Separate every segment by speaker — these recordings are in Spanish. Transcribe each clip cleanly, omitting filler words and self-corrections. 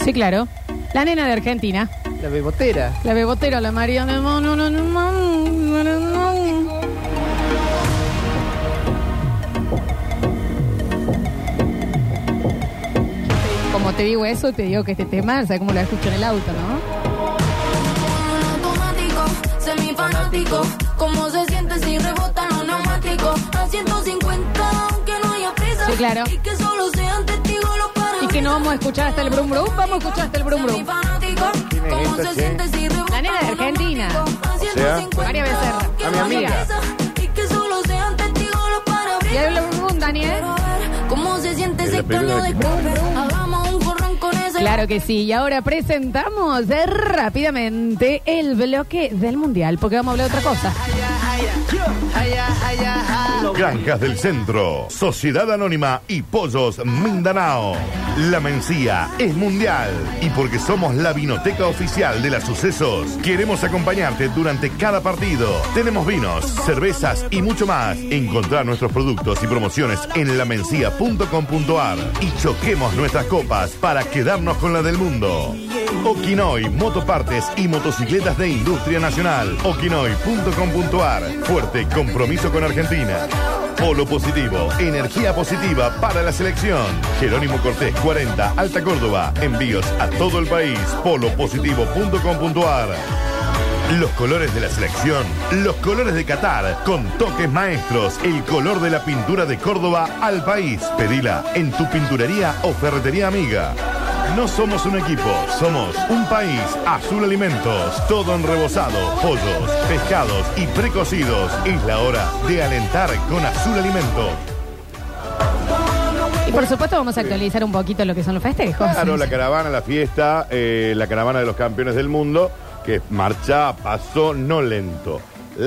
Speaker 1: Sí, claro. La nena de Argentina.
Speaker 2: La bebotera.
Speaker 1: La bebotera, la María de Como te digo eso, te digo que este tema, ¿sabes cómo lo escucho en el auto, no?
Speaker 3: Semifanático, ¿cómo se siente si rebotan los neumáticos? A 150, aunque no haya prisa.
Speaker 1: Sí, claro.
Speaker 3: Y que solo sean testigos los parámetros.
Speaker 1: Y que no vamos a escuchar hasta el brum brum, vamos a escuchar hasta el brum brum.
Speaker 3: ¿Cómo se siente si rebotan
Speaker 1: La nena de Argentina.
Speaker 3: O sea,
Speaker 1: María Becerra.
Speaker 3: a mi amiga. Y que solo sean testigos los parámetros.
Speaker 1: Y el brum brum, Daniel.
Speaker 3: ¿Cómo se siente ese caño de escape? Hagamos un corrón con ese.
Speaker 1: Claro que sí, y ahora presentamos rápidamente el bloque del Mundial, porque vamos a hablar de otra cosa.
Speaker 4: Granjas del Centro, Sociedad Anónima y Pollos Mindanao. La Mencía es mundial y porque somos la vinoteca oficial de los sucesos, queremos acompañarte durante cada partido. Tenemos vinos, cervezas y mucho más. Encontrá nuestros productos y promociones en lamencia.com.ar y choquemos nuestras copas para quedarnos con la del mundo. Okinoy, motopartes y motocicletas de industria nacional. Okinoy.com.ar. Fuerte compromiso con Argentina. Polo Positivo, energía positiva para la selección. Jerónimo Cortés 40, Alta Córdoba. Envíos a todo el país. polopositivo.com.ar. Los colores de la selección, los colores de Qatar, con toques maestros, el color de la pintura de Córdoba al país. Pedila en tu pinturería o ferretería amiga. No somos un equipo, somos un país. Azul Alimentos, todo en rebozado, pollos, pescados y precocidos. Es la hora de alentar con Azul Alimentos.
Speaker 1: Y por supuesto vamos a actualizar un poquito lo que son los festejos.
Speaker 4: Claro, la caravana, la fiesta, la caravana de los campeones del mundo, que marcha a paso no lento,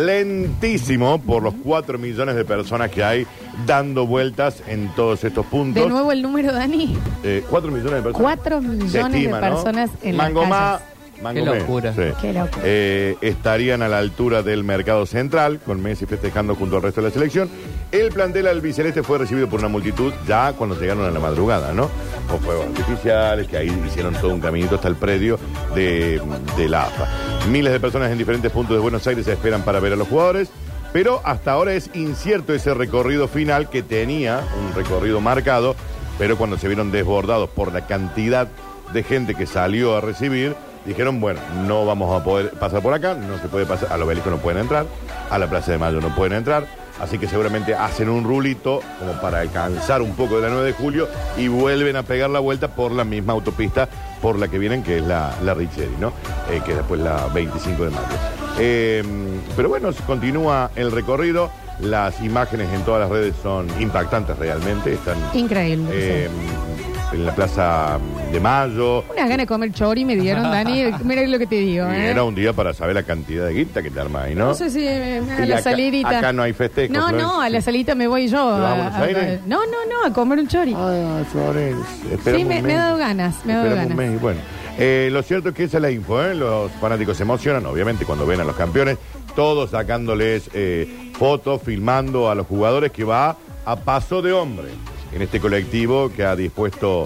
Speaker 4: lentísimo por los 4 millones de personas que hay dando vueltas en todos estos puntos.
Speaker 1: De nuevo el número, Dani.
Speaker 4: 4 millones de personas.
Speaker 1: 4 millones
Speaker 4: estima,
Speaker 1: de personas, ¿no? En
Speaker 4: Mangomá,
Speaker 1: las calles.
Speaker 2: Qué locura.
Speaker 4: Sí.
Speaker 1: Qué locura.
Speaker 4: Estarían a la altura del Mercado Central, con Messi festejando junto al resto de la selección. El plantel albiceleste fue recibido por una multitud ya cuando llegaron a la madrugada, ¿no? Con fuegos artificiales, que ahí hicieron todo un caminito hasta el predio de la AFA. Miles de personas en diferentes puntos de Buenos Aires se esperan para ver a los jugadores, pero hasta ahora es incierto ese recorrido final que tenía un recorrido marcado, pero cuando se vieron desbordados por la cantidad de gente que salió a recibir, dijeron, bueno, no vamos a poder pasar por acá, no se puede pasar, al Obelisco no pueden entrar, a la Plaza de Mayo no pueden entrar, así que seguramente hacen un rulito como para alcanzar un poco de la 9 de julio y vuelven a pegar la vuelta por la misma autopista por la que vienen, que es la Richeri, ¿no? Que es después la 25 de mayo. Pero bueno, continúa el recorrido, las imágenes en todas las redes son impactantes realmente, están
Speaker 1: Increíble.
Speaker 4: en la Plaza de Mayo.
Speaker 1: Unas ganas de comer chori me dieron, Dani. Mira lo que te digo,
Speaker 4: Y era un día para saber la cantidad de guita que te arma ahí, ¿no?
Speaker 1: No sé si a
Speaker 4: Y
Speaker 1: la
Speaker 4: acá-
Speaker 1: salidita.
Speaker 4: acá no hay festejo,
Speaker 1: No,
Speaker 4: Flores.
Speaker 1: no, a la salita me voy yo.
Speaker 4: ¿Te vas a Buenos Aires?
Speaker 1: No, a comer un chori.
Speaker 4: Ay, Flores.
Speaker 1: Sí, me ha dado ganas, me ha dado
Speaker 4: Esperamos un
Speaker 1: ganas.
Speaker 4: mes y bueno. Lo cierto es que esa es la info, ¿eh? Los fanáticos se emocionan, obviamente, cuando ven a los campeones, todos sacándoles fotos, filmando a los jugadores, que va a paso de hombre en este colectivo que ha dispuesto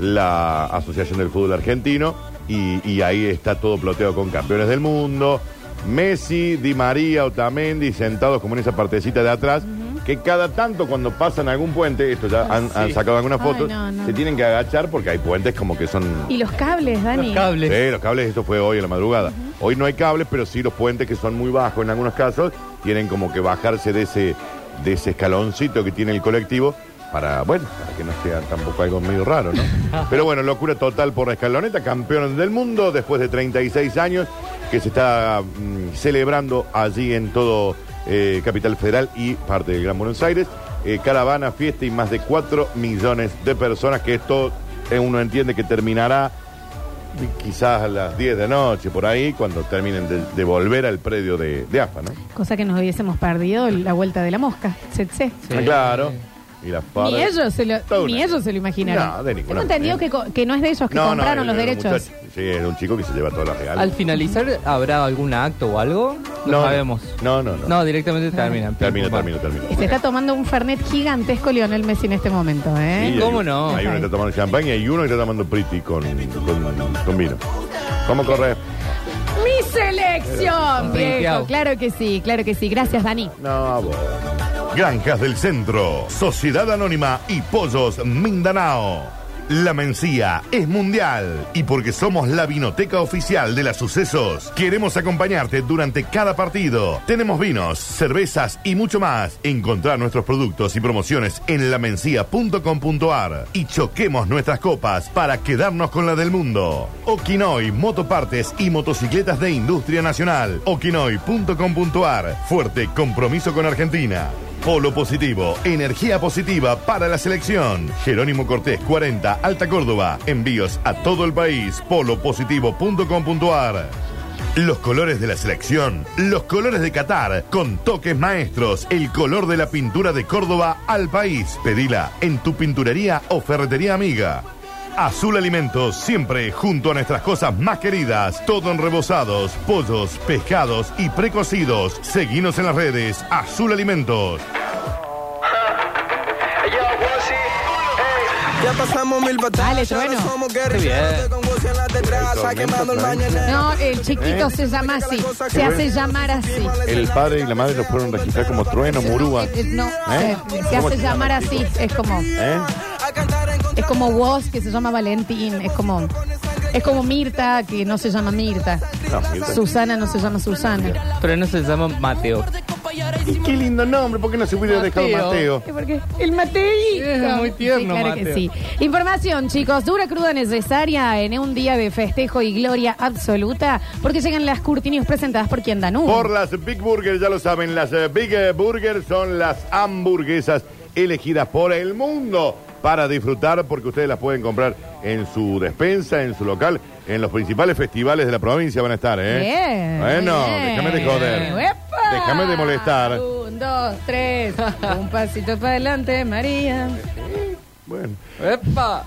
Speaker 4: la Asociación del Fútbol Argentino, y ahí está todo ploteado con campeones del mundo, Messi, Di María, Otamendi, sentados como en esa partecita de atrás, que cada tanto cuando pasan algún puente, esto ya han sacado algunas
Speaker 1: Ay,
Speaker 4: fotos,
Speaker 1: no.
Speaker 4: se tienen que agachar porque hay puentes como que son...
Speaker 1: Y los cables, Dani.
Speaker 2: Los cables.
Speaker 4: Sí, los cables, esto fue hoy en la madrugada. Hoy no hay cables, pero sí los puentes, que son muy bajos en algunos casos, tienen como que bajarse de ese escaloncito que tiene el colectivo para que no sea tampoco algo medio raro, ¿no? Pero bueno, locura total por la escaloneta, campeones del mundo después de 36 años, que se está celebrando allí en todo Capital Federal y parte del Gran Buenos Aires. Caravana, fiesta y más de 4 millones de personas, que esto uno entiende que terminará quizás a las 10 de la noche, por ahí, cuando terminen de volver al predio de AFA, ¿no?
Speaker 1: Cosa que nos hubiésemos perdido la vuelta de la mosca.
Speaker 2: Sí.
Speaker 4: Claro. Y la
Speaker 1: Ni ellos se lo imaginaron.
Speaker 4: No, de ninguna
Speaker 1: Tengo entendido que no es de ellos que compraron los derechos.
Speaker 4: muchachos, Sí, es un chico que se lleva todas las reales.
Speaker 2: Al finalizar, ¿habrá algún acto o algo? No sabemos.
Speaker 4: No,
Speaker 2: directamente terminan.
Speaker 4: Termina.
Speaker 1: Se está tomando un Fernet gigantesco Lionel Messi en este momento, ¿eh?
Speaker 4: Sí,
Speaker 2: ¿Cómo no?
Speaker 4: Hay uno que está tomando champán y hay uno que está tomando Pretty con vino. ¿Cómo corre?
Speaker 1: ¡Mi selección, viejo!
Speaker 2: Rinqueado.
Speaker 1: Claro que sí. Gracias, Dani.
Speaker 4: No, vos. Granjas del Centro, Sociedad Anónima y Pollos Mindanao. La Mencía es mundial y porque somos la vinoteca oficial de las Sucesos, queremos acompañarte durante cada partido. Tenemos vinos, cervezas y mucho más. Encontrar nuestros productos y promociones en lamencia.com.ar y choquemos nuestras copas para quedarnos con la del mundo. Okinoy, motopartes y motocicletas de industria nacional. Okinoy.com.ar. Fuerte compromiso con Argentina. Polo Positivo, energía positiva para la selección. Jerónimo Cortés 40, Alta Córdoba. Envíos a todo el país. polopositivo.com.ar. Los colores de la selección, los colores de Qatar, con toques maestros, el color de la pintura de Córdoba al país. Pedila en tu pinturería o ferretería amiga. Azul Alimentos, siempre junto a nuestras cosas más queridas. Todo en rebozados, pollos, pescados y precocidos. Seguinos en las redes. Azul Alimentos.
Speaker 5: Ya pasamos 1000 batallas.
Speaker 1: Dale, Trueno.
Speaker 5: Somos
Speaker 2: Qué
Speaker 5: guerrilleros con voz en la detrás, quemando el mañanero.
Speaker 1: No, el chiquito se llama así. Se hace llamar así.
Speaker 4: El padre y la madre lo fueron a registrar como Trueno, Murúa.
Speaker 1: No,
Speaker 4: ¿Eh?
Speaker 1: se hace llamar así. Es como...
Speaker 4: ¿Eh?
Speaker 1: Es como Woz, que se llama Valentín. Es como Mirta, que no se llama Mirta.
Speaker 4: No, Mirta.
Speaker 1: Susana no se llama Susana.
Speaker 2: Pero no se llama Mateo.
Speaker 4: Y qué lindo nombre, ¿por qué no se hubiera dejado Mateo?
Speaker 1: ¿Por qué? El Mateíto.
Speaker 2: Es muy tierno,
Speaker 1: Sí, claro
Speaker 2: Mateo.
Speaker 1: que sí. Información, chicos. Dura, cruda, necesaria en un día de festejo y gloria absoluta. Porque llegan las Curti News presentadas por quien Danú.
Speaker 4: Por las Big Burgers, ya lo saben, las Big Burgers son las hamburguesas elegidas por el mundo para disfrutar, porque ustedes las pueden comprar en su despensa, en su local, en los principales festivales de la provincia van a estar, ¿eh?
Speaker 1: Bien.
Speaker 4: Bueno,
Speaker 1: bien.
Speaker 4: déjame de joder.
Speaker 1: ¡Epa!
Speaker 4: Déjame de molestar.
Speaker 1: 1, 2, 3. Un pasito para adelante, María.
Speaker 4: Bueno.
Speaker 2: ¡Epa!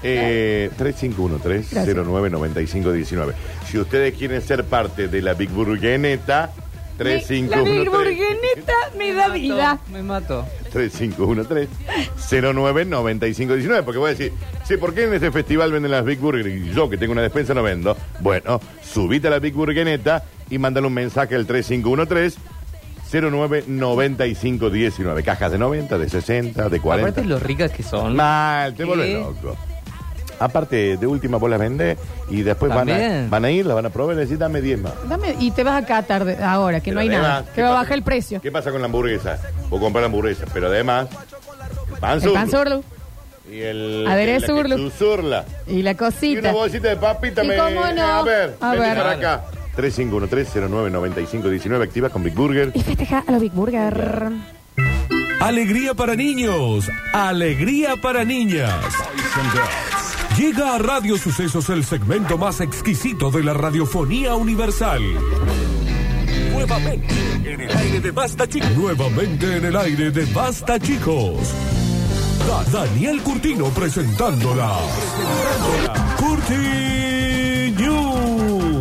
Speaker 4: 3513-099519. Si ustedes quieren ser parte de la Big Burgueneta,
Speaker 1: La Big Burgueneta me da vida.
Speaker 2: Me mato.
Speaker 4: 3513-099519. Porque voy a decir, sí, ¿por qué en este festival venden las Big Burger y yo que tengo una despensa no vendo? Bueno, subite a la Big Burgueneta y mándale un mensaje al 3513-099519. Cajas de 90, de 60, de 40.
Speaker 2: Aparte lo ricas que son.
Speaker 4: Mal, te vuelves
Speaker 2: ¿Qué?
Speaker 4: loco. Aparte, de última vos las vendés y después van a ir, las van a probar y decir, dame 10 más.
Speaker 1: Dame, y te vas a Qatar ahora, que
Speaker 4: Pero
Speaker 1: no hay nada.
Speaker 4: además,
Speaker 1: Que va a
Speaker 4: ¿qué
Speaker 1: bajar el precio.
Speaker 4: ¿Qué pasa con la hamburguesa? Vos comprar la hamburguesa, pero además, el pan
Speaker 1: El
Speaker 4: surlo.
Speaker 1: pan surlu.
Speaker 4: Y el
Speaker 1: Aderezo
Speaker 4: la
Speaker 1: urlu.
Speaker 4: quesusurla.
Speaker 1: Y la
Speaker 4: Y
Speaker 1: cosita.
Speaker 4: una bolsita de papita.
Speaker 1: ¿Y cómo no?
Speaker 4: A ver,
Speaker 1: A
Speaker 4: vení
Speaker 1: ver.
Speaker 4: para acá. 3513-099519. Activa con Big Burger.
Speaker 1: Y festeja a los Big Burger.
Speaker 6: Alegría para niños, alegría para niñas. Llega a Radio Sucesos el segmento más exquisito de la radiofonía universal. Nuevamente en el aire de Basta Chicos. Nuevamente en el aire de Basta Chicos. Daniel Curtino presentándola. Curti News.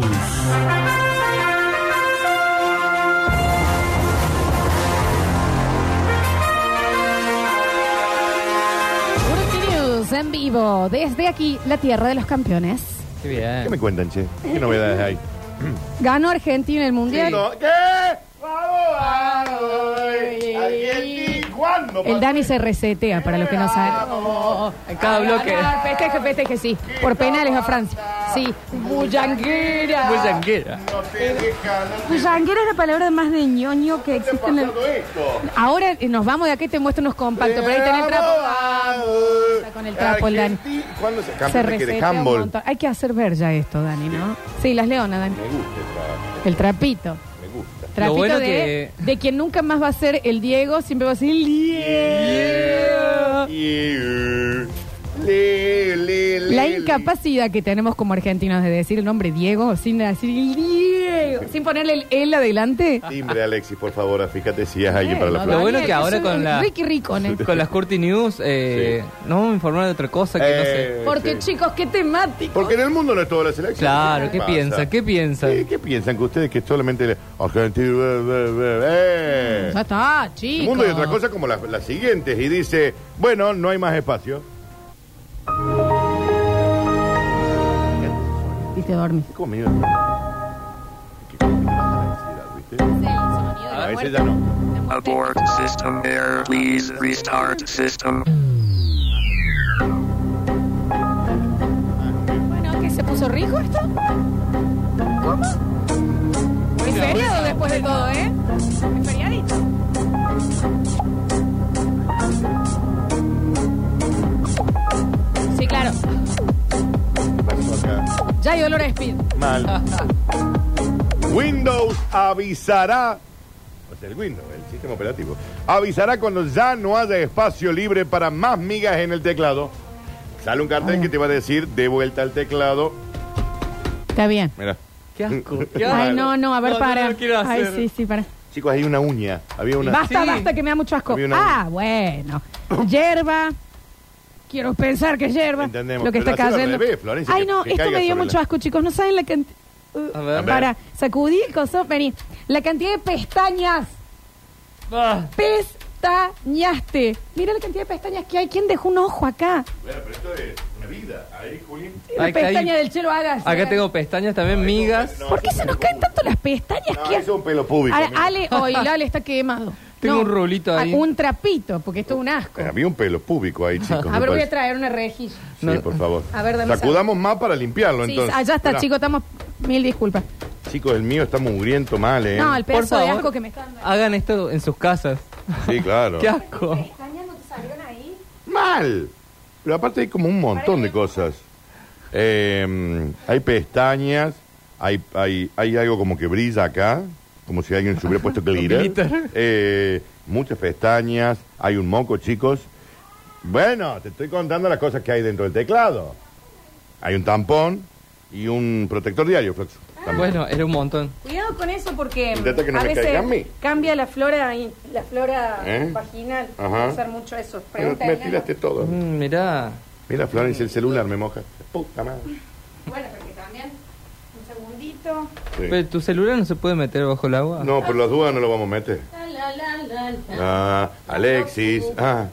Speaker 1: Curti News en vivo. Desde aquí, la tierra de los campeones.
Speaker 2: Qué bien.
Speaker 4: ¿Qué me cuentan, che? ¿Qué novedades hay?
Speaker 1: Ganó Argentina el Mundial.
Speaker 4: No, ¿qué? Vamos. Argentina. ¿Cuándo?
Speaker 1: El Dani se resetea, para los que no saben.
Speaker 2: En cada bloque.
Speaker 1: Festeje, sí. Por penales a Francia. Sí. Bullanguera.
Speaker 2: Bullanguera.
Speaker 4: No te dejan.
Speaker 1: Bullanguera es la palabra más de ñoño que
Speaker 4: ¿Qué está
Speaker 1: existe en el...
Speaker 4: pasando esto?
Speaker 1: Ahora nos vamos de aquí y te muestro unos compactos. Pero ahí tenés el trapo. Está con el trapo el Dani.
Speaker 4: Argentina. ¿Cuándo se
Speaker 1: Se
Speaker 4: campeón de
Speaker 1: resetea un
Speaker 4: handball?
Speaker 1: montón. Hay que hacer ver ya esto, Dani, ¿no? Sí, las leonas, Dani.
Speaker 4: Me gusta
Speaker 1: El trapito.
Speaker 4: me gusta.
Speaker 1: Trapito
Speaker 2: Lo bueno
Speaker 1: de quien nunca más va a ser el Diego, siempre va a ser el Diego. La incapacidad que tenemos como argentinos de decir el nombre Diego sin decir el Diego. sin ponerle el adelante.
Speaker 4: Timbre, Alexis, por favor, fíjate si es alguien para la
Speaker 2: Lo
Speaker 4: flor.
Speaker 2: bueno que ahora con la-
Speaker 1: Ricky Ricone.
Speaker 2: Con las Curti News, no informaron de otra cosa que no sé.
Speaker 1: Porque,
Speaker 4: sí.
Speaker 1: chicos, qué temático.
Speaker 4: Porque en el mundo no es toda la selección.
Speaker 2: Claro, ¿qué
Speaker 4: pasa?
Speaker 2: piensan? ¿Qué piensan?
Speaker 4: ¿Qué piensan que ustedes que solamente Argentina?
Speaker 1: Ya está, chicos.
Speaker 4: El mundo hay otra cosa como las siguientes y dice, bueno, no hay más espacio.
Speaker 1: Y te dormís.
Speaker 4: ¿Cómo me iba? Que como que te baja la ansiedad, ¿viste? A veces ya no.
Speaker 7: Abort system error. Please restart system.
Speaker 1: Bueno, ¿qué se puso rico esto? ¿Cómo? Muy feriado después de todo, ¿eh? Muy feriadito. Sí, claro.
Speaker 4: Pasó acá.
Speaker 1: Ya hay olor a speed.
Speaker 4: Mal. Windows avisará, o sea, el Windows, el sistema operativo, avisará cuando ya no haya espacio libre para más migas en el teclado. Sale un cartel que te va a decir de vuelta al teclado.
Speaker 1: Está bien.
Speaker 4: Mira.
Speaker 2: Qué asco. Qué
Speaker 1: Ay,
Speaker 2: asco.
Speaker 1: no, a ver,
Speaker 2: No,
Speaker 1: para.
Speaker 2: no lo quiero
Speaker 1: Ay,
Speaker 2: hacer.
Speaker 1: sí, para.
Speaker 4: Chicos, hay una uña. Había una.
Speaker 1: Basta,
Speaker 2: Sí.
Speaker 1: basta, que me da mucho asco.
Speaker 4: Había una-
Speaker 1: Ah, bueno. Hierba. Quiero pensar que es hierba.
Speaker 4: Entendemos,
Speaker 1: Lo que
Speaker 4: pero
Speaker 1: está
Speaker 4: hacelo al
Speaker 1: cayendo.
Speaker 4: revés, Florencia,
Speaker 1: Ay,
Speaker 4: que-
Speaker 1: no,
Speaker 4: que
Speaker 1: esto
Speaker 4: caiga
Speaker 1: me dio
Speaker 4: sobre
Speaker 1: mucho
Speaker 4: la-
Speaker 1: asco, chicos. No saben la cantidad.
Speaker 2: A ver.
Speaker 1: Para, sacudí el coso, vení. La cantidad de pestañas.
Speaker 2: Ah,
Speaker 1: Pestañaste. Mira la cantidad de pestañas que hay. ¿Quién dejó un ojo acá?
Speaker 4: Bueno, pero esto es una vida. Ahí, Juli.
Speaker 1: La
Speaker 2: Acá hay-
Speaker 1: pestaña del chelo hagas.
Speaker 2: acá tengo pestañas también, migas.
Speaker 4: No,
Speaker 1: ¿Por qué
Speaker 4: eso
Speaker 1: se
Speaker 4: es
Speaker 1: nos
Speaker 4: un
Speaker 1: caen
Speaker 4: pelo
Speaker 1: tanto las pestañas?
Speaker 4: público.
Speaker 1: ¿Qué?
Speaker 4: No, eso es un pelo público.
Speaker 1: Ale,
Speaker 4: mira.
Speaker 1: Ale, hoy Ale está quemado.
Speaker 2: Tengo un rulito ahí.
Speaker 1: Un trapito, porque esto es un asco.
Speaker 4: Había un pelo público ahí, chicos.
Speaker 1: A
Speaker 4: me
Speaker 1: ver, voy a
Speaker 4: parece.
Speaker 1: traer una rejilla.
Speaker 4: Sí,
Speaker 2: No.
Speaker 4: por favor.
Speaker 1: A ver, dame
Speaker 4: Sacudamos más para limpiarlo,
Speaker 1: Sí,
Speaker 4: entonces.
Speaker 1: allá está,
Speaker 4: Esperá.
Speaker 1: chicos, estamos... Mil disculpas.
Speaker 4: Chicos, el mío está mugriento mal, ¿eh?
Speaker 1: No, el
Speaker 2: Por
Speaker 1: pedazo de
Speaker 2: favor,
Speaker 1: asco que me están dando.
Speaker 2: hagan esto en sus casas.
Speaker 4: Sí, claro.
Speaker 2: Qué asco.
Speaker 1: ¿Pestañas no te salieron ahí?
Speaker 4: Mal. Pero aparte hay como un montón de cosas. Hay pestañas, hay algo como que brilla acá, como si alguien se hubiera puesto glitter.
Speaker 2: Glitter.
Speaker 4: Muchas pestañas, hay un moco, chicos. Bueno, te estoy contando las cosas que hay dentro del teclado. Hay un tampón y un protector diario, Flaxo. También.
Speaker 2: Bueno, era un montón.
Speaker 1: Cuidado con eso porque
Speaker 4: Intenta que no
Speaker 1: a
Speaker 4: me
Speaker 1: veces
Speaker 4: caiga a mí.
Speaker 1: cambia la flora
Speaker 4: ¿Eh?
Speaker 1: vaginal.
Speaker 4: Ajá.
Speaker 1: Puede usar mucho eso.
Speaker 4: Bueno, me tiraste todo.
Speaker 2: Mirá.
Speaker 4: Mira, Florencia, el celular me moja. Puta madre.
Speaker 1: Bueno, porque también un segundito.
Speaker 4: Sí.
Speaker 2: Pero tu celular no se puede meter bajo el agua.
Speaker 4: No, por las dudas no lo vamos a meter. Ah, Alexis. Ah,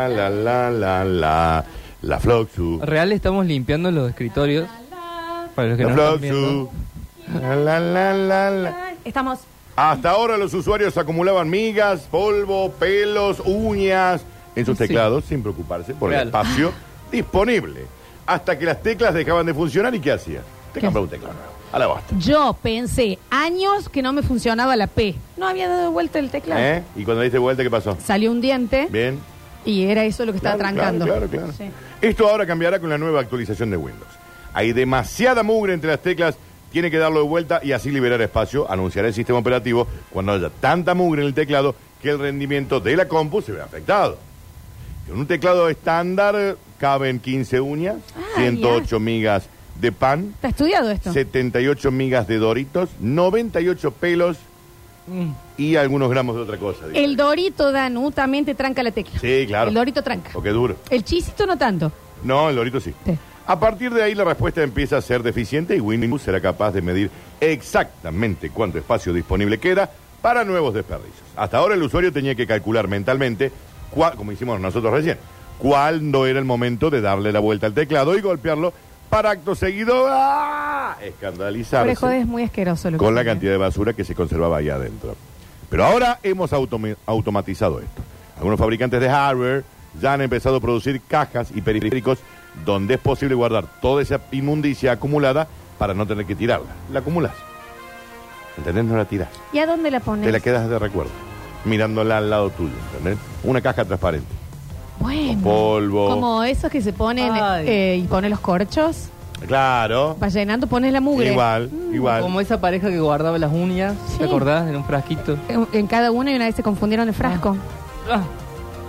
Speaker 4: la Floxu.
Speaker 2: Real estamos limpiando los escritorios. Para los que
Speaker 4: La
Speaker 2: no están viendo.
Speaker 4: Floxu. La.
Speaker 1: Estamos...
Speaker 4: Hasta ahora los usuarios acumulaban migas, polvo, pelos, uñas en sus
Speaker 2: Sí.
Speaker 4: teclados sin preocuparse por el
Speaker 2: Real.
Speaker 4: espacio disponible. Hasta que las teclas dejaban de funcionar y ¿qué hacía? Te
Speaker 1: ¿Qué?
Speaker 4: compraba un teclado nuevo. A la bosta.
Speaker 1: Yo pensé años que no me funcionaba la P. No había dado vuelta el teclado.
Speaker 4: ¿Eh? Y cuando diste vuelta, ¿qué pasó?
Speaker 1: Salió un diente
Speaker 4: Bien.
Speaker 1: y era eso lo que estaba
Speaker 4: Claro,
Speaker 1: trancando.
Speaker 4: Claro.
Speaker 1: Sí.
Speaker 4: Esto ahora cambiará con la nueva actualización de Windows. Hay demasiada mugre entre las teclas, tiene que darlo de vuelta y así liberar espacio, anunciará el sistema operativo cuando haya tanta mugre en el teclado que el rendimiento de la compu se vea afectado. En un teclado estándar caben 15 uñas, 108 migas de pan,
Speaker 1: ¿Está estudiado esto?
Speaker 4: 78 migas de Doritos, 98 pelos
Speaker 2: Mm.
Speaker 4: y algunos gramos de otra cosa. dice.
Speaker 1: El Dorito, Danu, también te tranca la tecla.
Speaker 4: Sí, claro.
Speaker 1: El Dorito tranca.
Speaker 4: Porque es duro.
Speaker 1: El chisito no tanto.
Speaker 4: No, el Dorito sí.
Speaker 1: Sí.
Speaker 4: A partir de ahí la respuesta empieza a ser deficiente y Windows será capaz de medir exactamente cuánto espacio disponible queda para nuevos desperdicios. Hasta ahora el usuario tenía que calcular mentalmente, como hicimos nosotros recién, cuándo era el momento de darle la vuelta al teclado y golpearlo para acto seguido escandalizarse
Speaker 1: Pero joder, es muy asqueroso lo que
Speaker 4: con la
Speaker 1: tiene.
Speaker 4: cantidad de basura que se conservaba ahí adentro. Pero ahora hemos automatizado esto. Algunos fabricantes de hardware ya han empezado a producir cajas y periféricos donde es posible guardar toda esa inmundicia acumulada para no tener que tirarla. La acumulas. ¿Entendés? No la tirás.
Speaker 1: ¿Y a dónde la pones?
Speaker 4: Te la quedas de recuerdo. Mirándola al lado tuyo. ¿Entendés? Una caja transparente.
Speaker 1: Bueno.
Speaker 4: Con polvo.
Speaker 1: Como esos que se ponen
Speaker 2: Ay.
Speaker 1: y ponen los corchos.
Speaker 4: Claro.
Speaker 1: Va llenando, pones la mugre.
Speaker 4: Igual.
Speaker 2: Como esa pareja que guardaba las uñas,
Speaker 1: Sí.
Speaker 2: ¿te acordás? En un frasquito.
Speaker 1: En cada uno y una vez se confundieron el frasco.
Speaker 2: Ah,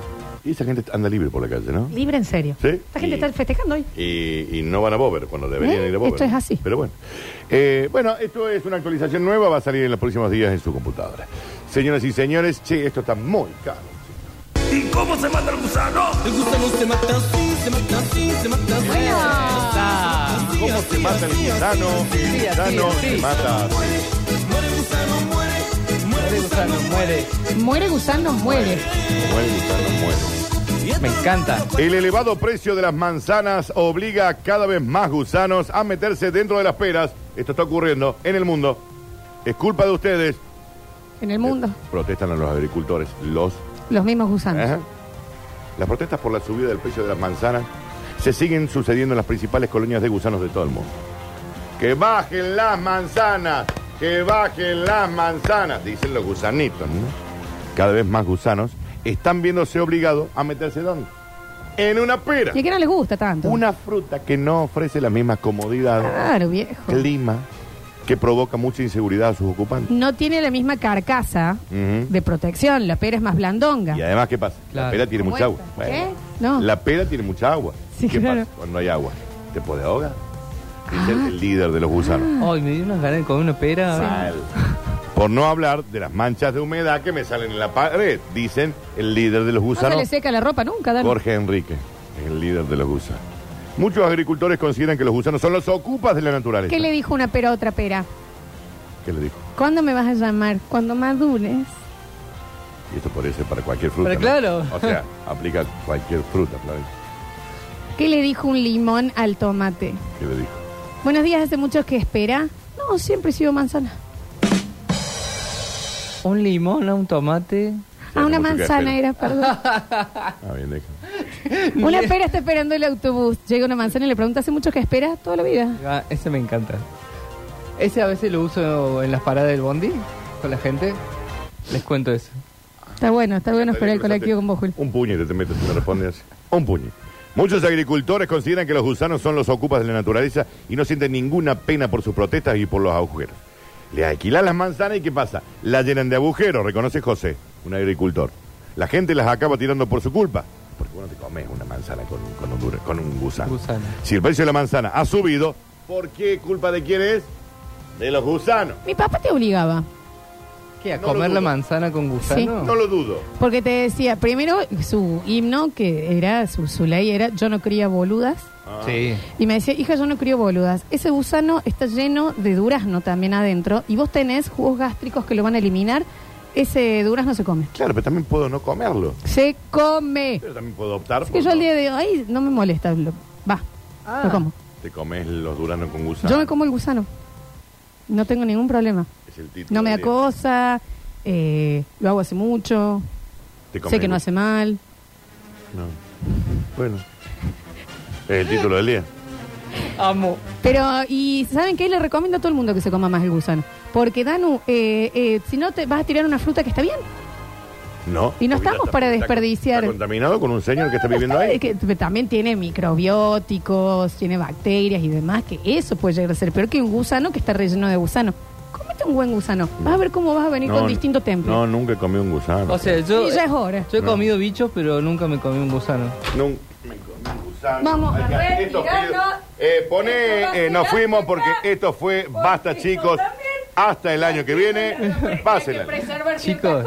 Speaker 4: Y esa gente anda libre por la calle, ¿no?
Speaker 1: Libre en serio.
Speaker 4: Sí.
Speaker 1: Esta gente está festejando hoy.
Speaker 4: Y no van a Bober cuando deberían ir a Bober.
Speaker 1: Esto es así.
Speaker 4: Pero bueno. Bueno, esto es una actualización nueva, va a salir en los próximos días en su computadora. Señoras y señores, che, esto está muy caro.
Speaker 6: ¿Y cómo se mata el gusano?
Speaker 5: El gusano se mata así, se mata así, se mata así.
Speaker 4: ¿Cómo se mata el gusano? El gusano se mata así.
Speaker 5: Muere gusano, muere.
Speaker 2: Muere gusano, muere.
Speaker 1: Muere gusano, muere.
Speaker 4: Como el gusano muere.
Speaker 2: Me encanta.
Speaker 4: El elevado precio de las manzanas obliga a cada vez más gusanos a meterse dentro de las peras. Esto está ocurriendo en el mundo. Es culpa de ustedes.
Speaker 1: En el mundo.
Speaker 4: Protestan a los agricultores. Los
Speaker 1: Mismos gusanos.
Speaker 4: Ajá. Las protestas por la subida del precio de las manzanas se siguen sucediendo en las principales colonias de gusanos de todo el mundo. ¡Que bajen las manzanas! ¡Que bajen las manzanas! Dicen los gusanitos, ¿no? Cada vez más gusanos están viéndose obligados a meterse ¿dónde? En una pera.
Speaker 1: Y es que no les gusta tanto.
Speaker 4: Una fruta que no ofrece la misma comodidad,
Speaker 1: Claro, viejo.
Speaker 4: clima, que provoca mucha inseguridad a sus ocupantes.
Speaker 1: No tiene la misma carcasa
Speaker 4: Ujú.
Speaker 1: de protección. La pera es más blandonga.
Speaker 4: Y además, ¿qué pasa? La
Speaker 2: Claro.
Speaker 4: pera tiene mucha agua.
Speaker 1: ¿Qué? No.
Speaker 4: La pera tiene mucha agua.
Speaker 1: Sí,
Speaker 4: ¿Qué
Speaker 1: claro.
Speaker 4: pasa cuando hay agua? ¿Te puede ahogar? Dice el líder de los gusanos.
Speaker 2: Ay, me dio unas ganas de comer una pera.
Speaker 4: Mal. Por no hablar de las manchas de humedad que me salen en la pared, dicen el líder de los
Speaker 1: No se
Speaker 4: gusanos,
Speaker 1: le seca la ropa nunca, Dani.
Speaker 4: Jorge Enrique, el líder de los gusanos. Muchos agricultores consideran que los gusanos son los ocupas de la naturaleza.
Speaker 1: ¿Qué le dijo una pera a otra pera?
Speaker 4: ¿Qué le dijo?
Speaker 1: ¿Cuándo me vas a llamar? Cuando madures.
Speaker 4: Y esto puede ser para cualquier fruta.
Speaker 2: Pero
Speaker 4: ¿no?
Speaker 2: claro.
Speaker 4: O sea, aplica a cualquier fruta, Flavio.
Speaker 1: ¿Qué le dijo un limón al tomate?
Speaker 4: ¿Qué le dijo?
Speaker 1: Buenos días, hace mucho que espera. No, siempre he sido manzana.
Speaker 2: Un limón, un tomate.
Speaker 1: Ah, una
Speaker 4: mucho que
Speaker 1: manzana
Speaker 4: espera.
Speaker 1: era, perdón.
Speaker 4: Ah, bien, deja.
Speaker 1: Una pera está esperando el autobús. Llega una manzana y le pregunta, ¿hace mucho que espera? Toda la vida.
Speaker 2: Ah, ese me encanta. Ese a veces lo uso en las paradas del bondi con la gente. Les cuento eso.
Speaker 1: Está bueno esperar el colectivo con vos, Jul.
Speaker 4: Un puñete te metes y me respondes así. Un puñete. Muchos agricultores consideran que los gusanos son los ocupas de la naturaleza y no sienten ninguna pena por sus protestas y por los agujeros. Le alquilan las manzanas y ¿qué pasa? La llenan de agujeros, reconoce José, un agricultor. La gente las acaba tirando por su culpa. Porque vos no te comes una manzana con un gusano.
Speaker 2: Gusano.
Speaker 4: Si el precio de la manzana ha subido, ¿por qué culpa de quién es? De los gusanos.
Speaker 1: Mi papá te obligaba.
Speaker 2: ¿Qué? ¿A
Speaker 4: No lo
Speaker 2: comer la
Speaker 4: dudo.
Speaker 2: manzana con gusano?
Speaker 4: No lo dudo.
Speaker 1: Porque te decía, primero su himno, que era, su ley era, yo no cría boludas.
Speaker 2: Sí.
Speaker 1: Y me decía, hija, yo no crío boludas. Ese gusano está lleno de durazno también adentro. Y vos tenés jugos gástricos que lo van a eliminar. Ese durazno se come.
Speaker 4: Claro, pero también puedo no comerlo.
Speaker 1: Se come.
Speaker 4: Pero también puedo optar
Speaker 1: Es
Speaker 4: por
Speaker 1: que yo al
Speaker 4: no.
Speaker 1: día de hoy no me molesta. Va, lo como.
Speaker 4: Te comes los duranos con gusano.
Speaker 1: Yo me como el gusano. No tengo ningún problema.
Speaker 4: Es el título
Speaker 1: No me da
Speaker 4: del día.
Speaker 1: cosa. Lo hago hace mucho.
Speaker 4: Te comes
Speaker 1: Sé que
Speaker 4: el
Speaker 1: no
Speaker 4: gusano.
Speaker 1: hace mal.
Speaker 4: No. Bueno. Es el título del día.
Speaker 2: Amo.
Speaker 1: Pero, ¿y saben qué? Le recomiendo a todo el mundo que se coma más el gusano. Porque, Danu, si no te vas a tirar una fruta que está bien.
Speaker 4: No.
Speaker 1: Y no
Speaker 4: porque ya
Speaker 1: estamos para desperdiciar.
Speaker 4: Está contaminado con un señor que está viviendo ahí.
Speaker 1: Que también tiene microbióticos, tiene bacterias y demás, que eso puede llegar a ser peor que un gusano que está relleno de gusano. Cómete un buen gusano. Vas a ver cómo vas a venir con distinto temple.
Speaker 4: No, nunca he comido un gusano.
Speaker 2: O sea, yo,
Speaker 1: Y ya es hora.
Speaker 2: yo he
Speaker 4: No.
Speaker 2: comido bichos, pero nunca me comí un gusano.
Speaker 4: Nunca me comí un gusano.
Speaker 1: Vamos a
Speaker 4: Acá, esto
Speaker 1: retirarnos.
Speaker 4: fue- nos fuimos porque esto fue Basta, chicos. Hasta el año que viene. Pásenla.
Speaker 2: Chicos.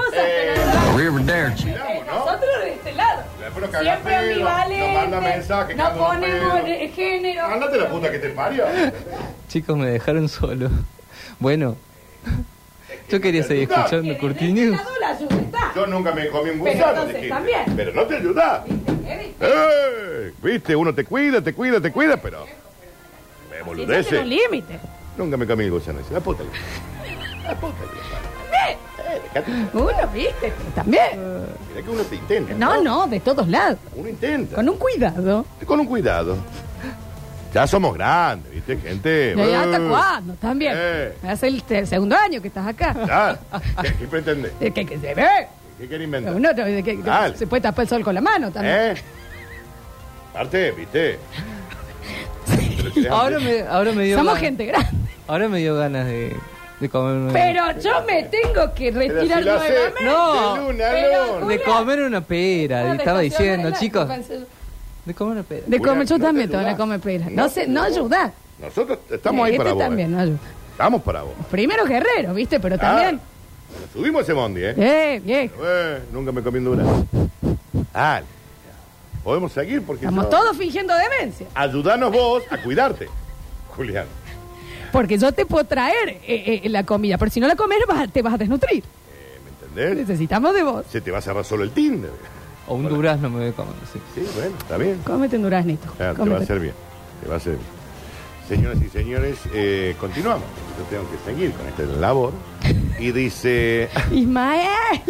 Speaker 1: Nosotros de este lado.
Speaker 4: Después nos cagan pedo, nos manda mensajes,
Speaker 1: no
Speaker 4: cagando
Speaker 1: ponemos
Speaker 4: pedo.
Speaker 1: género.
Speaker 4: Ándate la puta que te parió.
Speaker 2: Chicos, me dejaron solo. Bueno, yo quería seguir escuchando Curti News.
Speaker 4: Yo nunca me comí un
Speaker 1: Pero
Speaker 4: gusano.
Speaker 1: entonces
Speaker 4: dijiste.
Speaker 1: también.
Speaker 4: Pero no te ayuda. Viste, uno te cuida, pero. Me boludece.
Speaker 1: un límite.
Speaker 4: Nunca me comí el gusano. La puta. La puta. Dejate.
Speaker 1: Uno, viste, también.
Speaker 4: Mira que uno te intenta.
Speaker 1: No, de todos lados.
Speaker 4: Uno intenta.
Speaker 1: Con un cuidado.
Speaker 4: Con un cuidado. Ya somos grandes, ¿viste? Gente.
Speaker 1: ¿Ya hasta cuándo? También. Hace el segundo año que estás acá.
Speaker 4: Ya. ¿Qué pretendés?
Speaker 1: Que se ve.
Speaker 4: ¿Qué querés inventar?
Speaker 1: Uno
Speaker 4: Dale.
Speaker 1: se puede tapar el sol con la mano también.
Speaker 4: Parte, ¿viste?
Speaker 2: Ahora me dio
Speaker 1: Somos
Speaker 2: ganas-
Speaker 1: gente grande.
Speaker 2: Ahora me dio ganas De comer
Speaker 1: Pero yo me tengo que retirar
Speaker 4: Pero si lo hace-
Speaker 1: nuevamente.
Speaker 2: No,
Speaker 4: de luna,
Speaker 1: pero-
Speaker 4: no.
Speaker 2: de comer una pera.
Speaker 1: No,
Speaker 2: Estaba
Speaker 1: de
Speaker 2: diciendo,
Speaker 1: estacionarla,
Speaker 2: chicos.
Speaker 1: pensé yo.
Speaker 2: De comer una pera.
Speaker 1: De comer, yo
Speaker 4: No te
Speaker 1: también tengo
Speaker 4: ayudás.
Speaker 1: que comer pera.
Speaker 4: No,
Speaker 1: No sé, no
Speaker 4: no.
Speaker 1: ayuda.
Speaker 4: Nosotros estamos ahí para vos.
Speaker 1: también, no ayuda.
Speaker 4: Estamos para vos.
Speaker 1: Primero guerrero, ¿viste? Pero también.
Speaker 4: Nos subimos ese bondi, ¿eh?
Speaker 1: Bien.
Speaker 4: Nunca me comí un durazno. Dale. Podemos seguir porque
Speaker 1: Estamos
Speaker 4: yo-
Speaker 1: todos fingiendo demencia.
Speaker 4: Ayudanos vos a cuidarte, Julián.
Speaker 1: Porque yo te puedo traer la comida, pero si no la comes te vas a desnutrir.
Speaker 4: ¿Me entendés?
Speaker 1: Necesitamos de vos.
Speaker 4: Se te va a cerrar solo el Tinder.
Speaker 2: O un durazno me voy a comer, sí.
Speaker 4: Sí, bueno, está bien.
Speaker 1: Cómete un duraznito.
Speaker 4: Te va a
Speaker 1: Cómete.
Speaker 4: hacer bien. Te va a hacer bien. Señoras y señores, continuamos. Yo tengo que seguir con esta labor. Y dice...
Speaker 1: Ismael.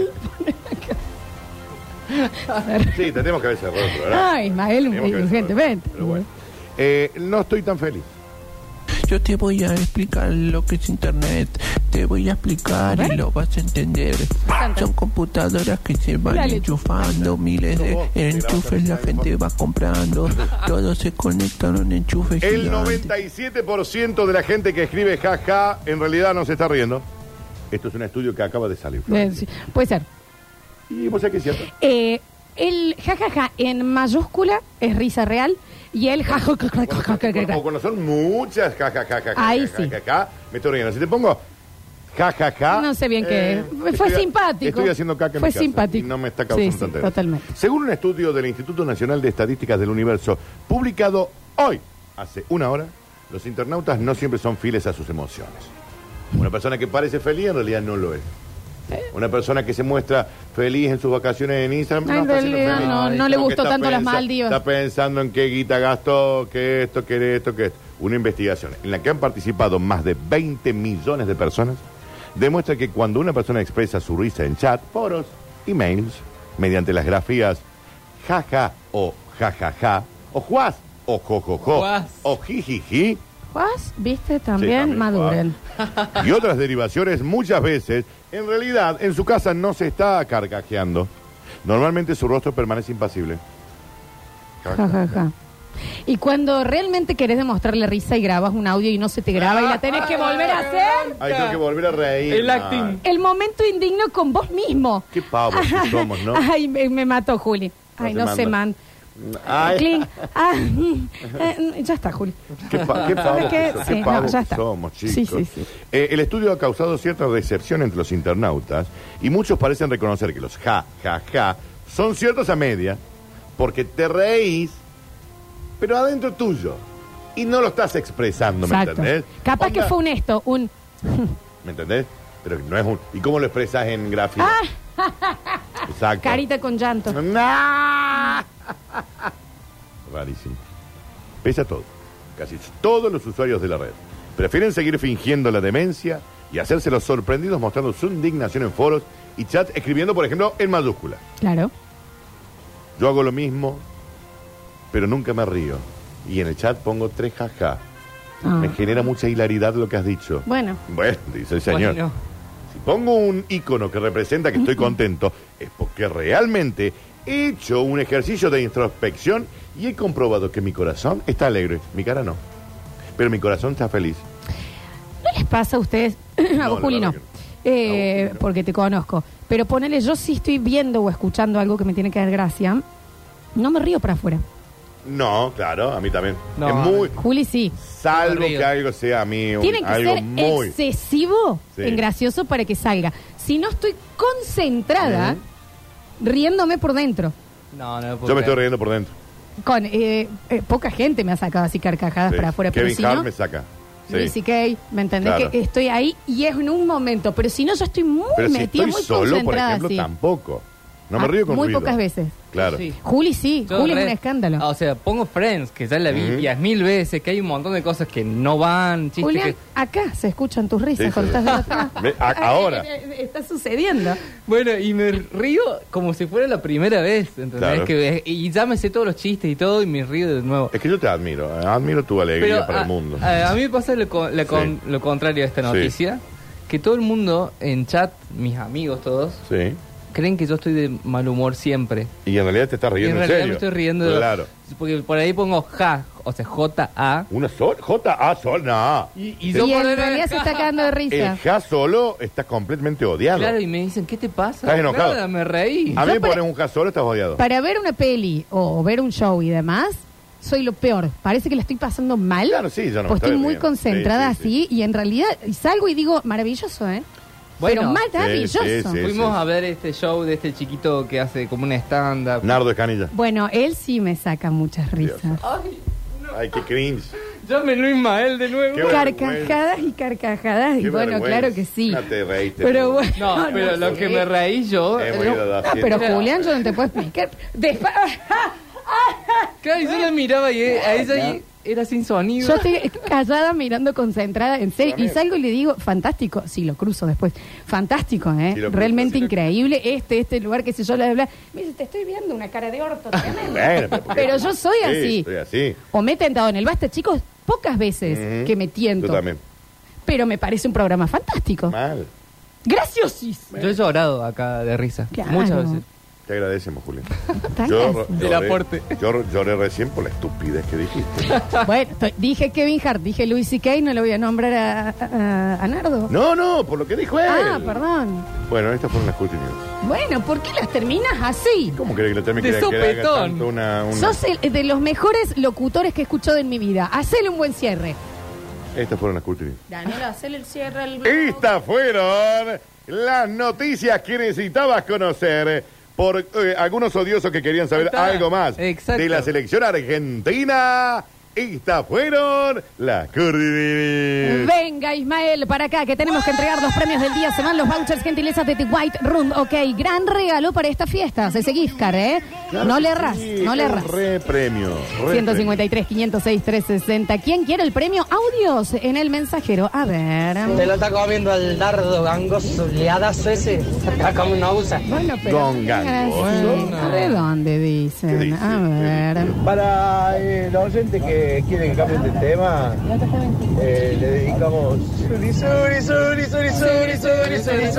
Speaker 4: Sí, tenemos que haber cerrado el programa.
Speaker 1: Ah, Ismael,
Speaker 4: Tenemos que haber cerrado.
Speaker 1: urgentemente.
Speaker 4: Pero bueno. No estoy tan feliz.
Speaker 5: Yo te voy a explicar lo que es internet. Te voy a explicar y lo vas a entender. Son computadoras que se van
Speaker 1: Dale.
Speaker 5: enchufando, miles de enchufes la gente va comprando. Todos se conectaron enchufes
Speaker 4: El
Speaker 5: gigantes.
Speaker 4: 97% de la gente que escribe jaja en realidad no se está riendo. Esto es un estudio que acaba de salir.
Speaker 1: Sí, puede ser.
Speaker 4: Y vos sabés que es cierto.
Speaker 1: El jajaja en mayúscula es risa real y el jajaja.
Speaker 4: O cuando son muchas jajaja,
Speaker 1: Ahí sí.
Speaker 4: me estoy riendo. Si te pongo jajaja.
Speaker 1: No sé bien qué. Fue simpático.
Speaker 4: Estoy haciendo caca en
Speaker 1: Fue
Speaker 4: mi casa
Speaker 1: simpático.
Speaker 4: y no me está causando
Speaker 1: Sí,
Speaker 4: tanta gracia.
Speaker 1: totalmente.
Speaker 4: Según un estudio del Instituto Nacional de Estadísticas del Universo, publicado hoy, hace una hora, los internautas no siempre son fieles a sus emociones. Una persona que parece feliz en realidad no lo es. Una persona que se muestra feliz en sus vacaciones en Instagram
Speaker 1: En
Speaker 4: está siendo
Speaker 1: realidad
Speaker 4: feliz.
Speaker 1: no le
Speaker 4: Como que
Speaker 1: gustó
Speaker 4: está
Speaker 1: tanto las Maldivas.
Speaker 4: Está pensando en qué guita gastó, que esto, que esto, que esto. Una investigación en la que han participado más de 20 millones de personas demuestra que cuando una persona expresa su risa en chat, foros, emails, mediante las grafías jaja o jajaja, o juaz o jojojo,
Speaker 2: Juaz.
Speaker 4: o jijiji,
Speaker 1: Juaz, viste, también
Speaker 4: también,
Speaker 1: maduren.
Speaker 4: y otras derivaciones, muchas veces, en realidad, en su casa no se está carcajeando. Normalmente su rostro permanece impasible.
Speaker 1: Jajaja. Y cuando realmente querés demostrarle risa y grabas un audio y no se te graba y la tenés que volver a hacer,
Speaker 4: Ay, tengo que volver a reír.
Speaker 2: El
Speaker 4: Ay,
Speaker 2: acting.
Speaker 1: el momento indigno con vos mismo.
Speaker 4: Qué pavos que somos, ¿no?
Speaker 1: Ay, me mató Juli. Ay,
Speaker 4: No
Speaker 1: no
Speaker 4: se
Speaker 1: sé,
Speaker 4: manda.
Speaker 1: man.
Speaker 4: Ay,
Speaker 1: Clink. Ya está, Juli.
Speaker 4: qué pavos
Speaker 1: ¿Qué?
Speaker 4: que,
Speaker 1: Sí,
Speaker 4: qué pavos
Speaker 1: ya
Speaker 4: que
Speaker 1: está.
Speaker 4: somos, chicos.
Speaker 1: Sí, sí, sí.
Speaker 4: El estudio ha causado cierta decepción entre los internautas y muchos parecen reconocer que los ja, ja, ja son ciertos a media porque te reís, pero adentro tuyo. Y no lo estás expresando, ¿me
Speaker 1: Exacto.
Speaker 4: entendés?
Speaker 1: Capaz
Speaker 4: Onda,
Speaker 1: que fue un esto, un...
Speaker 4: ¿Me entendés? Pero no es un... ¿Y cómo lo expresas en gráfico? Exacto.
Speaker 1: Carita con llanto.
Speaker 4: ¡No! Rarísimo. Pese a todo, casi todos los usuarios de la red prefieren seguir fingiendo la demencia y hacerse los sorprendidos mostrando su indignación en foros y chats, escribiendo, por ejemplo, en mayúscula.
Speaker 1: Claro.
Speaker 4: Yo hago lo mismo, pero nunca me río. Y en el chat pongo 3 jaja.
Speaker 1: Ah.
Speaker 4: Me genera mucha hilaridad lo que has dicho.
Speaker 1: Bueno.
Speaker 4: Bueno, dice el señor.
Speaker 2: Bueno.
Speaker 4: Si pongo un icono que representa que estoy contento, es porque realmente he hecho un ejercicio de introspección y he comprobado que mi corazón está alegre. Mi cara no. Pero mi corazón está feliz.
Speaker 1: ¿No les pasa a ustedes? A
Speaker 4: No,
Speaker 1: vos,
Speaker 4: la
Speaker 1: Juli, no.
Speaker 4: verdad que no. A vos, Juli, no.
Speaker 1: Porque te conozco. Pero ponele, yo sí estoy viendo o escuchando algo que me tiene que dar gracia. No me río para afuera.
Speaker 4: No, claro, a mí también.
Speaker 2: No.
Speaker 4: Es muy...
Speaker 1: Juli sí.
Speaker 4: Salvo
Speaker 2: No me río.
Speaker 4: que algo sea a mí
Speaker 1: Tiene que
Speaker 4: algo
Speaker 1: ser
Speaker 4: muy...
Speaker 1: excesivo
Speaker 4: Sí.
Speaker 1: en gracioso para que salga. Si no estoy concentrada, riéndome por dentro.
Speaker 2: No, no.
Speaker 4: Yo me estoy riendo por dentro.
Speaker 1: Con poca gente me ha sacado así carcajadas
Speaker 4: Sí.
Speaker 1: para afuera.
Speaker 4: Kevin
Speaker 1: pero si
Speaker 4: Hart
Speaker 1: no,
Speaker 4: me saca. Sí.
Speaker 1: Lizzie Kay, ¿me entendés?
Speaker 4: Claro.
Speaker 1: Que estoy ahí y es en un momento. Pero si no, yo estoy muy
Speaker 4: Pero si
Speaker 1: metida,
Speaker 4: estoy
Speaker 1: muy
Speaker 4: solo, por
Speaker 1: concentrada.
Speaker 4: ejemplo,
Speaker 1: así.
Speaker 4: tampoco. No me
Speaker 1: Ah,
Speaker 4: río con
Speaker 1: muy
Speaker 4: ruido.
Speaker 1: pocas veces.
Speaker 4: Claro.
Speaker 2: Sí.
Speaker 1: Juli sí,
Speaker 2: Yo
Speaker 1: Juli es
Speaker 2: re-
Speaker 1: un escándalo.
Speaker 2: O sea, pongo Friends, que ya la vi
Speaker 4: Ujú.
Speaker 2: 10.000 veces, que hay un montón de cosas que no van, chistes
Speaker 1: Julián,
Speaker 2: que...
Speaker 1: acá se escuchan tus risas
Speaker 4: Sí,
Speaker 1: cuando
Speaker 4: sí.
Speaker 1: estás de atrás.
Speaker 4: Ve, ahora.
Speaker 1: Está sucediendo.
Speaker 2: Bueno, y me río como si fuera la primera vez, ¿entendés?
Speaker 4: Claro.
Speaker 2: Y ya me sé todos los chistes y todo y me río de nuevo.
Speaker 4: Es que yo te admiro. Admiro tu alegría para el mundo.
Speaker 2: A mí me pasa
Speaker 4: Sí.
Speaker 2: lo contrario a esta
Speaker 4: Sí.
Speaker 2: noticia, que todo el mundo en chat, mis amigos todos,
Speaker 4: Sí.
Speaker 2: creen que yo estoy de mal humor siempre.
Speaker 4: Y en realidad te estás
Speaker 2: Y
Speaker 4: riendo
Speaker 2: en
Speaker 4: en
Speaker 2: realidad
Speaker 4: serio.
Speaker 2: me estoy riendo.
Speaker 4: Claro.
Speaker 2: Porque por ahí pongo ja, o sea, J-A.
Speaker 4: Una sola, J-A sol, no.
Speaker 2: Y
Speaker 1: Y en
Speaker 2: poner-
Speaker 1: realidad se está cagando de
Speaker 4: El
Speaker 1: risa.
Speaker 4: ja solo está completamente odiado.
Speaker 2: Claro, y me dicen, ¿qué te pasa?
Speaker 4: Estás enojado.
Speaker 2: Nada, me reí.
Speaker 4: A mí me
Speaker 1: Yo para-
Speaker 4: pones un ja solo, estás odiado.
Speaker 1: Para ver una peli o ver un show y demás, soy lo peor. Parece que la estoy pasando mal.
Speaker 4: Claro, sí, yo no me
Speaker 1: Porque estoy
Speaker 4: estoy
Speaker 1: muy
Speaker 4: riendo.
Speaker 1: concentrada
Speaker 4: Sí, sí,
Speaker 1: así y en realidad salgo y digo, maravilloso, ¿eh?
Speaker 2: Bueno,
Speaker 1: pero maravilloso.
Speaker 4: sí, sí.
Speaker 2: Fuimos a ver este show de este chiquito que hace como un stand-up.
Speaker 4: Nardo Escanilla.
Speaker 1: Bueno, él sí me saca muchas risas.
Speaker 4: Ay, qué cringe.
Speaker 2: Llámenlo Ismael de nuevo.
Speaker 4: Qué
Speaker 1: Carcajadas y carcajadas. Y
Speaker 4: Qué
Speaker 1: bueno,
Speaker 4: vergüenza.
Speaker 1: claro que sí.
Speaker 4: No te reíste.
Speaker 1: Pero bueno.
Speaker 2: No, pero lo que me reí yo...
Speaker 4: Hemos
Speaker 2: no,
Speaker 4: ido a
Speaker 1: No, pero
Speaker 2: Era-
Speaker 1: Julián, yo no te puedo explicar.
Speaker 2: Claro, y yo la miraba y a ella y era sin sonido.
Speaker 1: Yo estoy callada mirando concentrada, en serio, y salgo y le digo, fantástico, sí, lo cruzo después, fantástico,
Speaker 4: Sí, lo cruzo,
Speaker 1: realmente
Speaker 4: sí, lo
Speaker 1: increíble, este lugar, que sé yo, bla, bla, bla. Me dice, te estoy viendo una cara de orto tremenda.
Speaker 4: Bueno,
Speaker 1: Pero yo soy
Speaker 4: Sí,
Speaker 1: así.
Speaker 4: Soy así.
Speaker 1: O me he tentado en el Basta, chicos, pocas veces
Speaker 4: Ujú.
Speaker 1: que me tiento.
Speaker 4: Yo también.
Speaker 1: Pero me parece un programa fantástico.
Speaker 4: Mal.
Speaker 1: Graciosísimo.
Speaker 2: Yo he llorado acá de risa.
Speaker 1: Claro.
Speaker 2: Muchas veces.
Speaker 4: Te agradecemos, Julián.
Speaker 1: Tan
Speaker 4: Yo
Speaker 1: gracioso.
Speaker 2: Del aporte.
Speaker 4: Yo lloré recién por la estupidez que dijiste.
Speaker 1: Bueno, dije Kevin Hart, dije Louis C.K., no le voy a nombrar a Nardo.
Speaker 4: No, por lo que dijo él.
Speaker 1: Ah, perdón.
Speaker 4: Bueno, estas fueron las Curti News.
Speaker 1: Bueno, ¿por qué las terminas así?
Speaker 4: ¿Cómo querés que lo termine?
Speaker 2: De
Speaker 4: Que haga
Speaker 2: sopetón.
Speaker 4: tanto una...
Speaker 1: Sos de los mejores locutores que he escuchado en mi vida. Hacele un buen cierre.
Speaker 4: Estas fueron las Curti News.
Speaker 1: Daniel, hacele el cierre al...
Speaker 4: Estas fueron las noticias que necesitabas conocer por algunos odiosos que querían saber
Speaker 2: Está.
Speaker 4: algo más
Speaker 2: Exacto.
Speaker 4: de la selección argentina. Estas fueron las Curti News.
Speaker 1: Venga, Ismael, para acá, que tenemos que entregar los premios del día. Se van los vouchers gentilezas de The White Room. Ok, gran regalo para esta fiesta. Se seguís, Car, ¿eh?
Speaker 4: Claro
Speaker 1: no
Speaker 4: que
Speaker 1: le errás,
Speaker 4: sí,
Speaker 1: no le
Speaker 4: un
Speaker 1: errás.
Speaker 4: Re premio.
Speaker 1: 153, 506, 360. ¿Quién quiere el premio? Audios en el mensajero. A ver.
Speaker 8: Te lo está comiendo el dardo gangoso, liadazo ese. Está como una usa.
Speaker 1: Bueno, pero...
Speaker 4: Con gangoso.
Speaker 1: ¿De dónde dicen?
Speaker 4: ¿Qué dice?
Speaker 1: A ver.
Speaker 9: Para los oyentes que quieren cambiar de tema, le dedicamos Suri, Suri, Suri, Suri, Suri, Suri, Suri,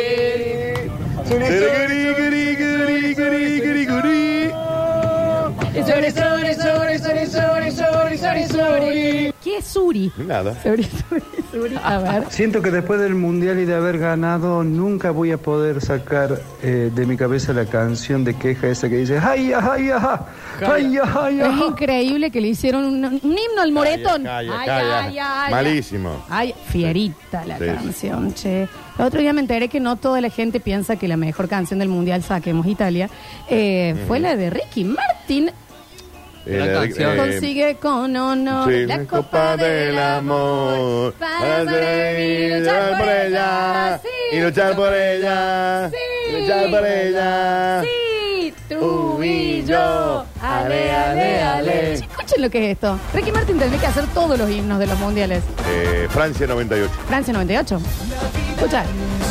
Speaker 1: ¿Qué es Suri?
Speaker 4: Nada.
Speaker 1: Suri. A ver.
Speaker 10: Siento que después del mundial y de haber ganado, nunca voy a poder sacar de mi cabeza la canción de queja esa que dice ¡ay, ay, ay, ay, ay,
Speaker 1: Es
Speaker 10: ay!
Speaker 1: increíble que le hicieron un himno al moretón.
Speaker 4: Calla. Malísimo.
Speaker 1: Ay, fierita la
Speaker 4: Sí,
Speaker 1: canción, che. El otro día me enteré que no toda la gente piensa que la mejor canción del mundial, Saquemos Italia, fue la de Ricky Martin.
Speaker 2: La canción.
Speaker 1: Consigue con honor
Speaker 4: Sí,
Speaker 1: la copa del amor
Speaker 4: para servir y luchar por ella.
Speaker 1: Sí.
Speaker 4: Y luchar por ella.
Speaker 1: Sí.
Speaker 4: Y luchar por ella.
Speaker 1: Sí, tú y yo. Ale, ale, ale. Escuchen lo que es esto. Ricky Martin tendría que hacer todos los himnos de los mundiales.
Speaker 4: Francia 98.
Speaker 1: Francia 98. Escucha.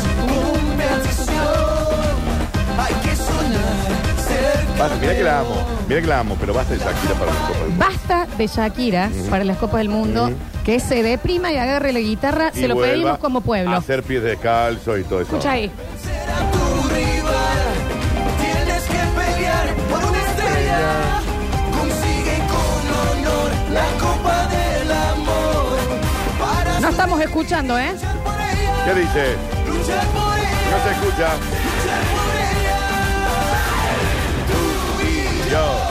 Speaker 4: Basta, mirá que la amo, pero basta de Shakira para la Copa del Mundo.
Speaker 1: Basta de Shakira para las Copas del Mundo. Que se deprima y agarre la guitarra.
Speaker 4: Y
Speaker 1: Se lo
Speaker 4: vuelva
Speaker 1: pedimos como pueblo.
Speaker 4: a hacer pies descalzos y todo eso.
Speaker 1: Escucha ahí.
Speaker 3: Tienes que pelear por una estrella. Consigue con honor la copa del amor. Para
Speaker 1: No estamos escuchando, ¿eh?
Speaker 3: luchar por ella,
Speaker 4: ¿Qué dice?
Speaker 3: luchar por ella,
Speaker 4: No se escucha.
Speaker 3: luchar por ella. Tú y
Speaker 4: Yo.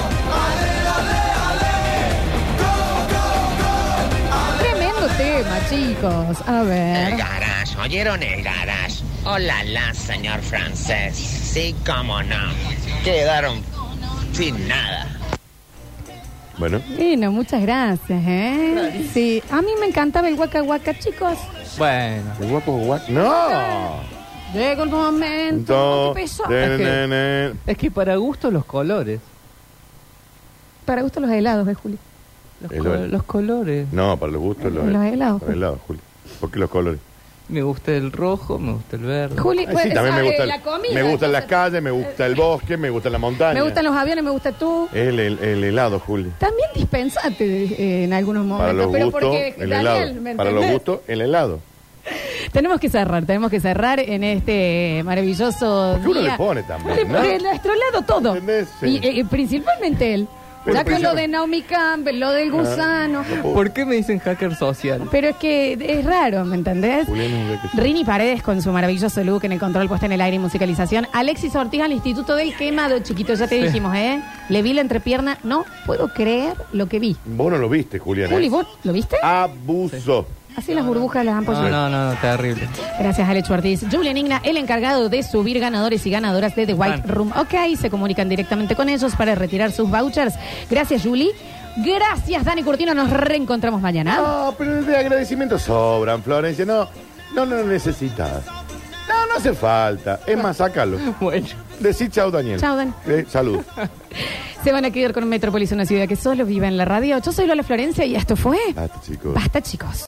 Speaker 1: Tremendo tema, chicos. A
Speaker 11: El
Speaker 1: ver.
Speaker 11: garage, ¿oyeron el garage? Hola, señor francés. Sí, cómo no. Quedaron sin nada.
Speaker 4: Bueno,
Speaker 1: Bueno, muchas gracias, ¿eh? Sí. A mí me encantaba el Waka Waka, chicos.
Speaker 2: Bueno.
Speaker 4: el guapo guapo. ¡No!
Speaker 1: Llegó el momento. ¿Qué pesó?
Speaker 2: Es que para gusto los colores.
Speaker 1: Para gusto los helados, Juli.
Speaker 2: Los colores.
Speaker 4: No, para los gustos los
Speaker 1: Los helados.
Speaker 4: Los helados, Juli. ¿Por qué los colores?
Speaker 2: Me gusta el rojo, me gusta el verde.
Speaker 1: Juli,
Speaker 4: Ay, sí, también me gusta.
Speaker 1: la comida.
Speaker 4: Me gustan las
Speaker 1: entonces,
Speaker 4: calles, me gusta el bosque, me gusta la montaña.
Speaker 1: me gustan los aviones, me gusta tú.
Speaker 4: El helado, Juli.
Speaker 1: También dispensate en algunos momentos.
Speaker 4: Para los
Speaker 1: pero
Speaker 4: gustos,
Speaker 1: porque,
Speaker 4: el
Speaker 1: Daniel,
Speaker 4: helado.
Speaker 1: ¿me
Speaker 4: Para los
Speaker 1: entendés?
Speaker 4: gustos, el helado.
Speaker 1: Tenemos que cerrar en este maravilloso
Speaker 4: Porque uno
Speaker 1: día.
Speaker 4: le pone también,
Speaker 1: Le
Speaker 4: ¿no?
Speaker 1: pone de nuestro lado todo.
Speaker 4: ¿Entendés? Sí.
Speaker 1: Y principalmente él.
Speaker 4: Pero
Speaker 1: Ya con lo
Speaker 4: principal-
Speaker 1: de Naomi Campbell, lo del gusano.
Speaker 2: ¿Por qué me dicen hacker social?
Speaker 1: Pero es que es raro, ¿me entendés?
Speaker 4: Julián es un rey que-
Speaker 1: Rini Paredes con su maravilloso look en el control puesta en el aire y musicalización. Alexis Ortiz al Instituto del Quemado, chiquito, ya te dijimos, ¿eh? Le vi la entrepierna. No puedo creer lo que vi.
Speaker 4: Vos no lo viste, Julián.
Speaker 1: Juli, ¿vos lo viste?
Speaker 4: Abuso.
Speaker 1: Así las burbujas las han puesto.
Speaker 2: No, terrible.
Speaker 1: Gracias, Alex Ortiz. Julián Igna, el encargado de subir ganadores y ganadoras de The White Room. Ok, se comunican directamente con ellos para retirar sus vouchers. Gracias, Juli. Gracias, Dani Curtino. Nos reencontramos mañana.
Speaker 4: No, pero de agradecimiento sobran, Florencia. No necesitas. No hace falta. Es más, sácalo.
Speaker 2: Bueno.
Speaker 4: Decí chau, Daniel.
Speaker 1: Chau, Dan.
Speaker 4: Salud.
Speaker 1: Se van a quedar con Metrópolis, una ciudad que solo vive en la radio. Yo soy Lola Florencia y esto fue...
Speaker 4: Basta, chicos.
Speaker 1: Basta, chicos.